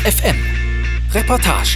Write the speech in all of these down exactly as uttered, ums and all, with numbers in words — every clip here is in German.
F M. Reportage.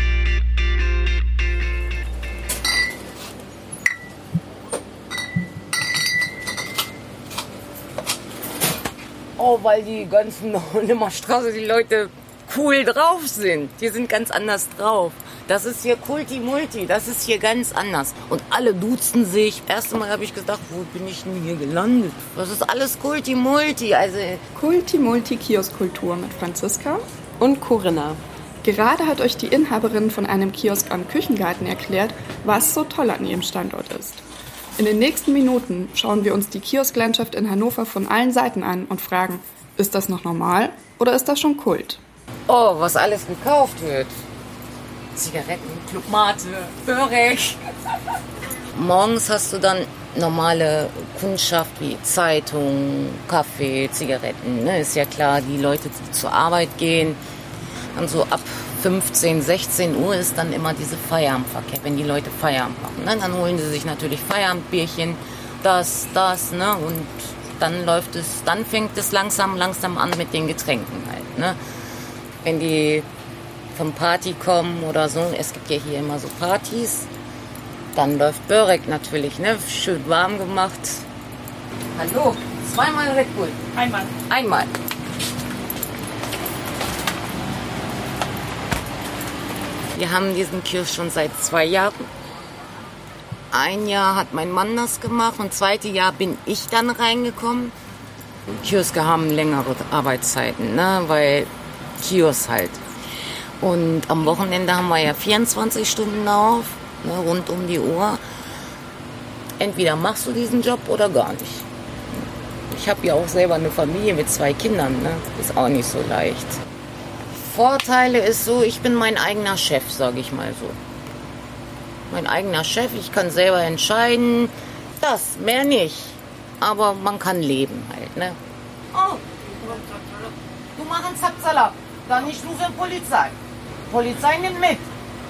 Oh, weil die ganzen Limmerstraße, die Leute cool drauf sind. Die sind ganz anders drauf. Das ist hier Kulti-Multi, das ist hier ganz anders. Und alle duzen sich. Erst einmal habe ich gedacht, wo bin ich denn hier gelandet? Das ist alles Kulti-Multi. Also Kulti-Multi-Kioskkultur mit Franziska und Corinna. Gerade hat euch die Inhaberin von einem Kiosk am Küchengarten erklärt, was so toll an ihrem Standort ist. In den nächsten Minuten schauen wir uns die Kiosklandschaft in Hannover von allen Seiten an und fragen, ist das noch normal oder ist das schon Kult? Oh, was alles gekauft wird. Zigaretten, Club Mate, Börek. Morgens hast du dann normale Kundschaft wie Zeitung, Kaffee, Zigaretten. Ne? Ist ja klar, die Leute, die zur Arbeit gehen. Und so ab fünfzehn, sechzehn Uhr ist dann immer diese Feierabendverkehr, wenn die Leute Feierabend machen. Ne? Dann holen sie sich natürlich Feierabendbierchen, das, das, ne? Und dann läuft es, dann fängt es langsam, langsam an mit den Getränken halt, ne? Wenn die vom Party kommen oder so, es gibt ja hier immer so Partys, dann läuft Börek natürlich, ne? Schön warm gemacht. Hallo, zweimal Red Bull. Einmal. Einmal. Wir haben diesen Kiosk schon seit zwei Jahren. Ein Jahr hat mein Mann das gemacht und zweite Jahr bin ich dann reingekommen. Kioske haben längere Arbeitszeiten, ne? Weil Kiosk halt. Und am Wochenende haben wir ja vierundzwanzig Stunden auf, ne? Rund um die Uhr. Entweder machst du diesen Job oder gar nicht. Ich habe ja auch selber eine Familie mit zwei Kindern, ne? Ist auch nicht so leicht. Vorteile ist so, ich bin mein eigener Chef, sage ich mal so. Mein eigener Chef, ich kann selber entscheiden, das, mehr nicht. Aber man kann leben halt, ne? Oh, du machst einen Zapzala, dann nicht nur für Polizei. Polizei nimmt mit.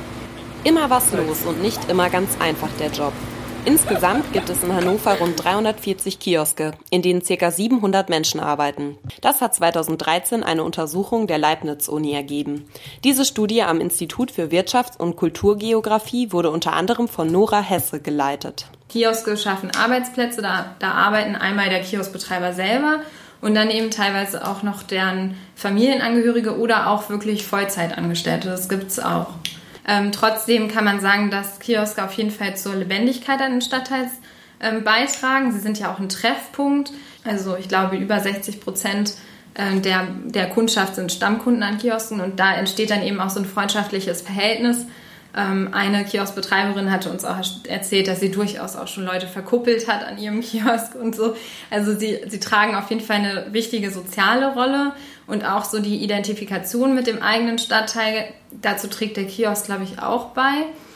Immer was los und nicht immer ganz einfach der Job. Insgesamt gibt es in Hannover rund dreihundertvierzig Kioske, in denen ca. siebenhundert Menschen arbeiten. Das hat zweitausenddreizehn eine Untersuchung der Leibniz-Uni ergeben. Diese Studie am Institut für Wirtschafts- und Kulturgeografie wurde unter anderem von Nora Hesse geleitet. Kioske schaffen Arbeitsplätze, da, da arbeiten einmal der Kioskbetreiber selber und dann eben teilweise auch noch deren Familienangehörige oder auch wirklich Vollzeitangestellte. Das gibt's auch. Ähm, trotzdem kann man sagen, dass Kioske auf jeden Fall zur Lebendigkeit an den Stadtteils ähm, beitragen. Sie sind ja auch ein Treffpunkt. Also ich glaube, über sechzig Prozent äh, der, der Kundschaft sind Stammkunden an Kiosken und da entsteht dann eben auch so ein freundschaftliches Verhältnis. Ähm, eine Kioskbetreiberin hatte uns auch erzählt, dass sie durchaus auch schon Leute verkuppelt hat an ihrem Kiosk und so. Also sie, sie tragen auf jeden Fall eine wichtige soziale Rolle und auch so die Identifikation mit dem eigenen Stadtteil. Dazu trägt der Kiosk, glaube ich, auch bei.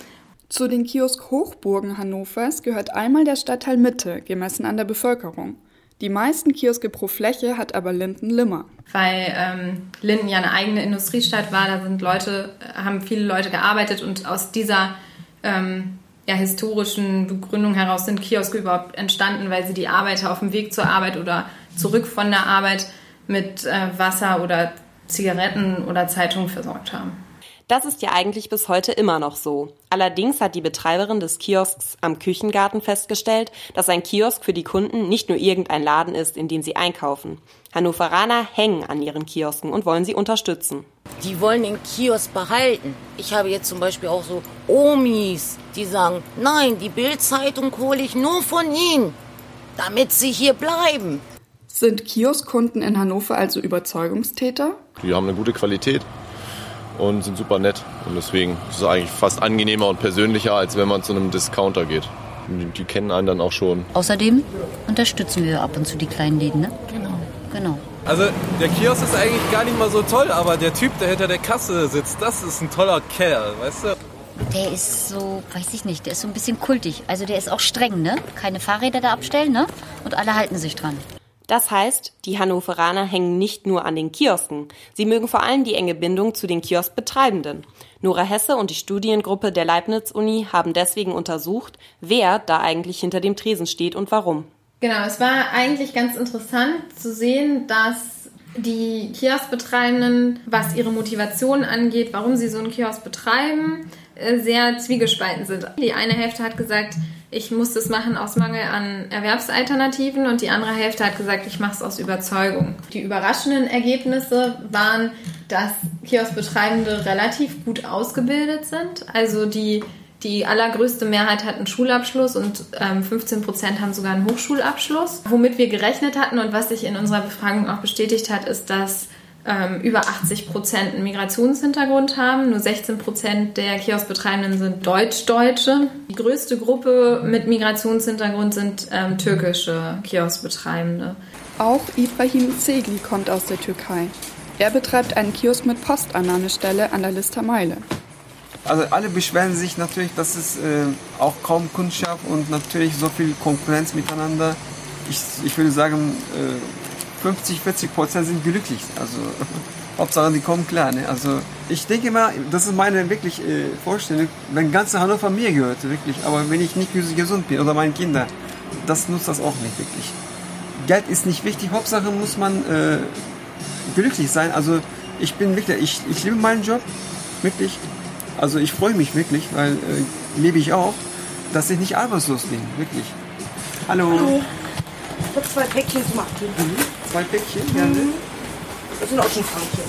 Zu den Kiosk-Hochburgen Hannovers gehört einmal der Stadtteil Mitte, gemessen an der Bevölkerung. Die meisten Kioske pro Fläche hat aber Linden-Limmer. Weil ähm, Linden ja eine eigene Industriestadt war, da sind Leute, haben viele Leute gearbeitet und aus dieser ähm, ja, historischen Begründung heraus sind Kioske überhaupt entstanden, weil sie die Arbeiter auf dem Weg zur Arbeit oder zurück von der Arbeit mit äh, Wasser oder Zigaretten oder Zeitungen versorgt haben. Das ist ja eigentlich bis heute immer noch so. Allerdings hat die Betreiberin des Kiosks am Küchengarten festgestellt, dass ein Kiosk für die Kunden nicht nur irgendein Laden ist, in dem sie einkaufen. Hannoveraner hängen an ihren Kiosken und wollen sie unterstützen. Die wollen den Kiosk behalten. Ich habe jetzt zum Beispiel auch so Omis, die sagen, nein, die Bild-Zeitung hole ich nur von ihnen, damit sie hier bleiben. Sind Kioskkunden in Hannover also Überzeugungstäter? Die haben eine gute Qualität und sind super nett. Und deswegen ist es eigentlich fast angenehmer und persönlicher, als wenn man zu einem Discounter geht. Die, die kennen einen dann auch schon. Außerdem unterstützen wir ab und zu die kleinen Läden, ne? Genau. Genau. Also der Kiosk ist eigentlich gar nicht mal so toll, aber der Typ, der hinter der Kasse sitzt, das ist ein toller Kerl, weißt du? Der ist so, weiß ich nicht, der ist so ein bisschen kultig. Also der ist auch streng, ne? Keine Fahrräder da abstellen, ne? Und alle halten sich dran. Das heißt, die Hannoveraner hängen nicht nur an den Kiosken. Sie mögen vor allem die enge Bindung zu den Kioskbetreibenden. Nora Hesse und die Studiengruppe der Leibniz-Uni haben deswegen untersucht, wer da eigentlich hinter dem Tresen steht und warum. Genau, es war eigentlich ganz interessant zu sehen, dass die Kioskbetreibenden, was ihre Motivation angeht, warum sie so einen Kiosk betreiben, sehr zwiegespalten sind. Die eine Hälfte hat gesagt, ich muss das machen aus Mangel an Erwerbsalternativen, und die andere Hälfte hat gesagt, ich mache es aus Überzeugung. Die überraschenden Ergebnisse waren, dass Kioskbetreibende relativ gut ausgebildet sind. Also die, die allergrößte Mehrheit hat einen Schulabschluss und ähm, fünfzehn Prozent haben sogar einen Hochschulabschluss. Womit wir gerechnet hatten und was sich in unserer Befragung auch bestätigt hat, ist, dass ähm, über achtzig Prozent einen Migrationshintergrund haben. Nur sechzehn Prozent der Kioskbetreibenden sind Deutsch-Deutsche. Die größte Gruppe mit Migrationshintergrund sind ähm, türkische Kioskbetreibende. Auch Ibrahim Zegli kommt aus der Türkei. Er betreibt einen Kiosk mit Postannahmestelle an der Lister Meile. Also alle beschweren sich natürlich, dass es äh, auch kaum Kundschaft und natürlich so viel Konkurrenz miteinander. Ich, ich würde sagen, äh, fünfzig, vierzig Prozent sind glücklich. Also Hauptsache, die kommen klar. Ne? Also ich denke mal, das ist meine wirklich äh, Vorstellung, wenn ganze Hannover mir gehört, wirklich. Aber wenn ich nicht gesund bin oder meine Kinder, das nutzt das auch nicht wirklich. Geld ist nicht wichtig. Hauptsache muss man äh, glücklich sein. Also ich bin wirklich, ich, ich liebe meinen Job, wirklich. Also ich freue mich wirklich, weil äh, lebe ich auch, dass ich nicht arbeitslos bin, wirklich. Hallo. Hallo. Ich habe zwei Päckchen zum Abgeben. Mhm. Zwei Päckchen, mhm. Gerne. Das sind auch schon Franken.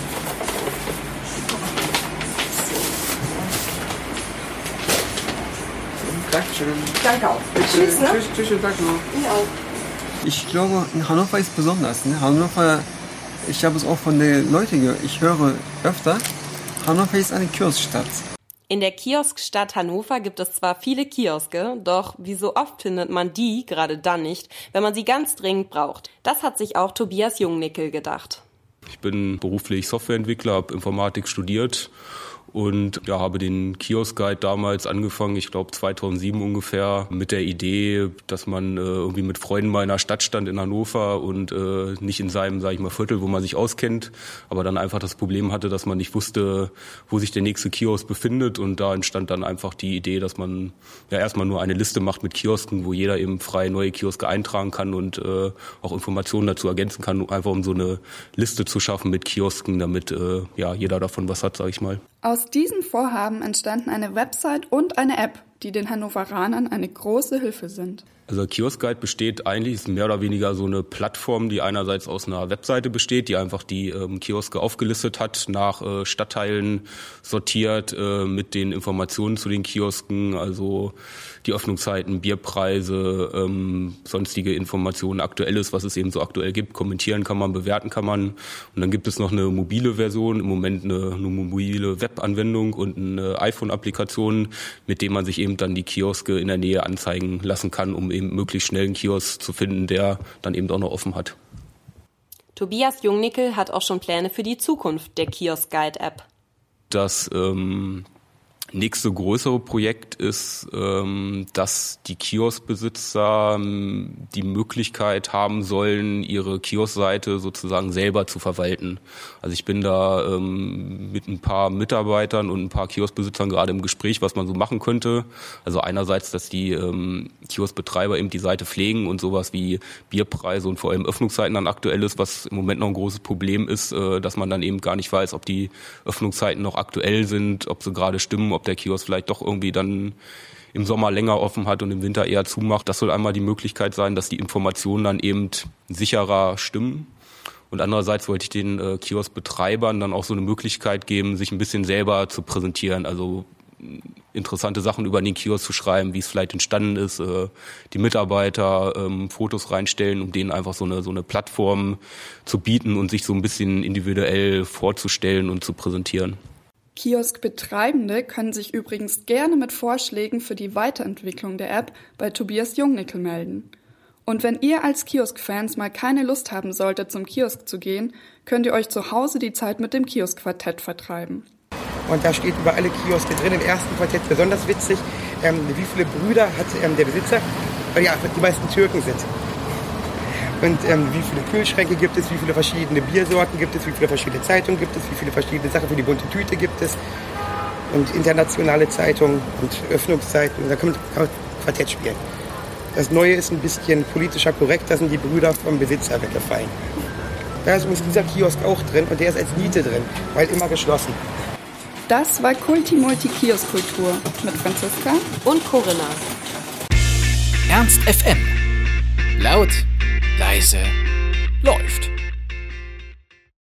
Dankeschön. Danke auch. Bitte. Tschüss, ne? Tschüss, tschüss, schönen Tag noch. Ihnen auch. Ich glaube, Hannover ist besonders. Ne? Hannover, ich habe es auch von den Leuten gehört, ich höre öfter, Hannover ist eine Kioskstadt. In der Kioskstadt Hannover gibt es zwar viele Kioske, doch wie so oft findet man die gerade dann nicht, wenn man sie ganz dringend braucht. Das hat sich auch Tobias Jungnickel gedacht. Ich bin beruflich Softwareentwickler, habe Informatik studiert und ja, habe den Kiosk-Guide damals angefangen, ich glaube zweitausendsieben ungefähr, mit der Idee, dass man äh, irgendwie mit Freunden mal in einer Stadt stand in Hannover und äh, nicht in seinem, sage ich mal, Viertel, wo man sich auskennt, aber dann einfach das Problem hatte, dass man nicht wusste, wo sich der nächste Kiosk befindet, und da entstand dann einfach die Idee, dass man ja erstmal nur eine Liste macht mit Kiosken, wo jeder eben frei neue Kioske eintragen kann und äh, auch Informationen dazu ergänzen kann, einfach um so eine Liste zu schaffen mit Kiosken, damit äh, ja jeder davon was hat, sage ich mal. Aus diesem Vorhaben entstanden eine Website und eine App, die den Hannoveranern eine große Hilfe sind. Also Kiosk Guide besteht eigentlich, ist mehr oder weniger so eine Plattform, die einerseits aus einer Webseite besteht, die einfach die ähm, Kioske aufgelistet hat, nach äh, Stadtteilen sortiert, äh, mit den Informationen zu den Kiosken, also die Öffnungszeiten, Bierpreise, ähm, sonstige Informationen, Aktuelles, was es eben so aktuell gibt. Kommentieren kann man, bewerten kann man. Und dann gibt es noch eine mobile Version, im Moment eine, eine mobile Webanwendung und eine iPhone-Applikation, mit dem man sich eben dann die Kioske in der Nähe anzeigen lassen kann, um eben möglichst schnell einen Kiosk zu finden, der dann eben auch noch offen hat. Tobias Jungnickel hat auch schon Pläne für die Zukunft der Kiosk Guide App. Das ähm, nächste größere Projekt ist, ähm, dass die Kioskbesitzer ähm, die Möglichkeit haben sollen, ihre Kioskseite sozusagen selber zu verwalten. Also ich bin da ähm, mit ein paar Mitarbeitern und ein paar Kioskbesitzern gerade im Gespräch, was man so machen könnte. Also einerseits, dass die ähm, Kioskbetreiber eben die Seite pflegen und sowas wie Bierpreise und vor allem Öffnungszeiten dann aktuell ist, was im Moment noch ein großes Problem ist, äh, dass man dann eben gar nicht weiß, ob die Öffnungszeiten noch aktuell sind, ob sie gerade stimmen, ob der Kiosk vielleicht doch irgendwie dann im Sommer länger offen hat und im Winter eher zumacht. Das soll einmal die Möglichkeit sein, dass die Informationen dann eben sicherer stimmen. Und andererseits wollte ich den äh, Kioskbetreibern dann auch so eine Möglichkeit geben, sich ein bisschen selber zu präsentieren. Also interessante Sachen über den Kiosk zu schreiben, wie es vielleicht entstanden ist, äh, die Mitarbeiter ähm, Fotos reinstellen, um denen einfach so eine so eine Plattform zu bieten und sich so ein bisschen individuell vorzustellen und zu präsentieren. Kioskbetreibende können sich übrigens gerne mit Vorschlägen für die Weiterentwicklung der App bei Tobias Jungnickel melden. Und wenn ihr als Kiosk-Fans mal keine Lust haben solltet, zum Kiosk zu gehen, könnt ihr euch zu Hause die Zeit mit dem Kiosk-Quartett vertreiben. Und da steht über alle Kioske drin, im ersten Quartett besonders witzig, ähm, wie viele Brüder hat ähm, der Besitzer, weil ja die meisten Türken sind. Und ähm, wie viele Kühlschränke gibt es, wie viele verschiedene Biersorten gibt es, wie viele verschiedene Zeitungen gibt es, wie viele verschiedene Sachen für die bunte Tüte gibt es. Und internationale Zeitungen und Öffnungszeiten, da kann man, kann man Quartett spielen. Das Neue ist ein bisschen politischer korrekt, da sind die Brüder vom Besitzer weggefallen. Da ist übrigens dieser Kiosk auch drin und der ist als Miete drin, weil immer geschlossen. Das war Kulti-Multi-Kiosk-Kultur mit Franziska und Corinna. Ernst F M. Laut, leise, läuft.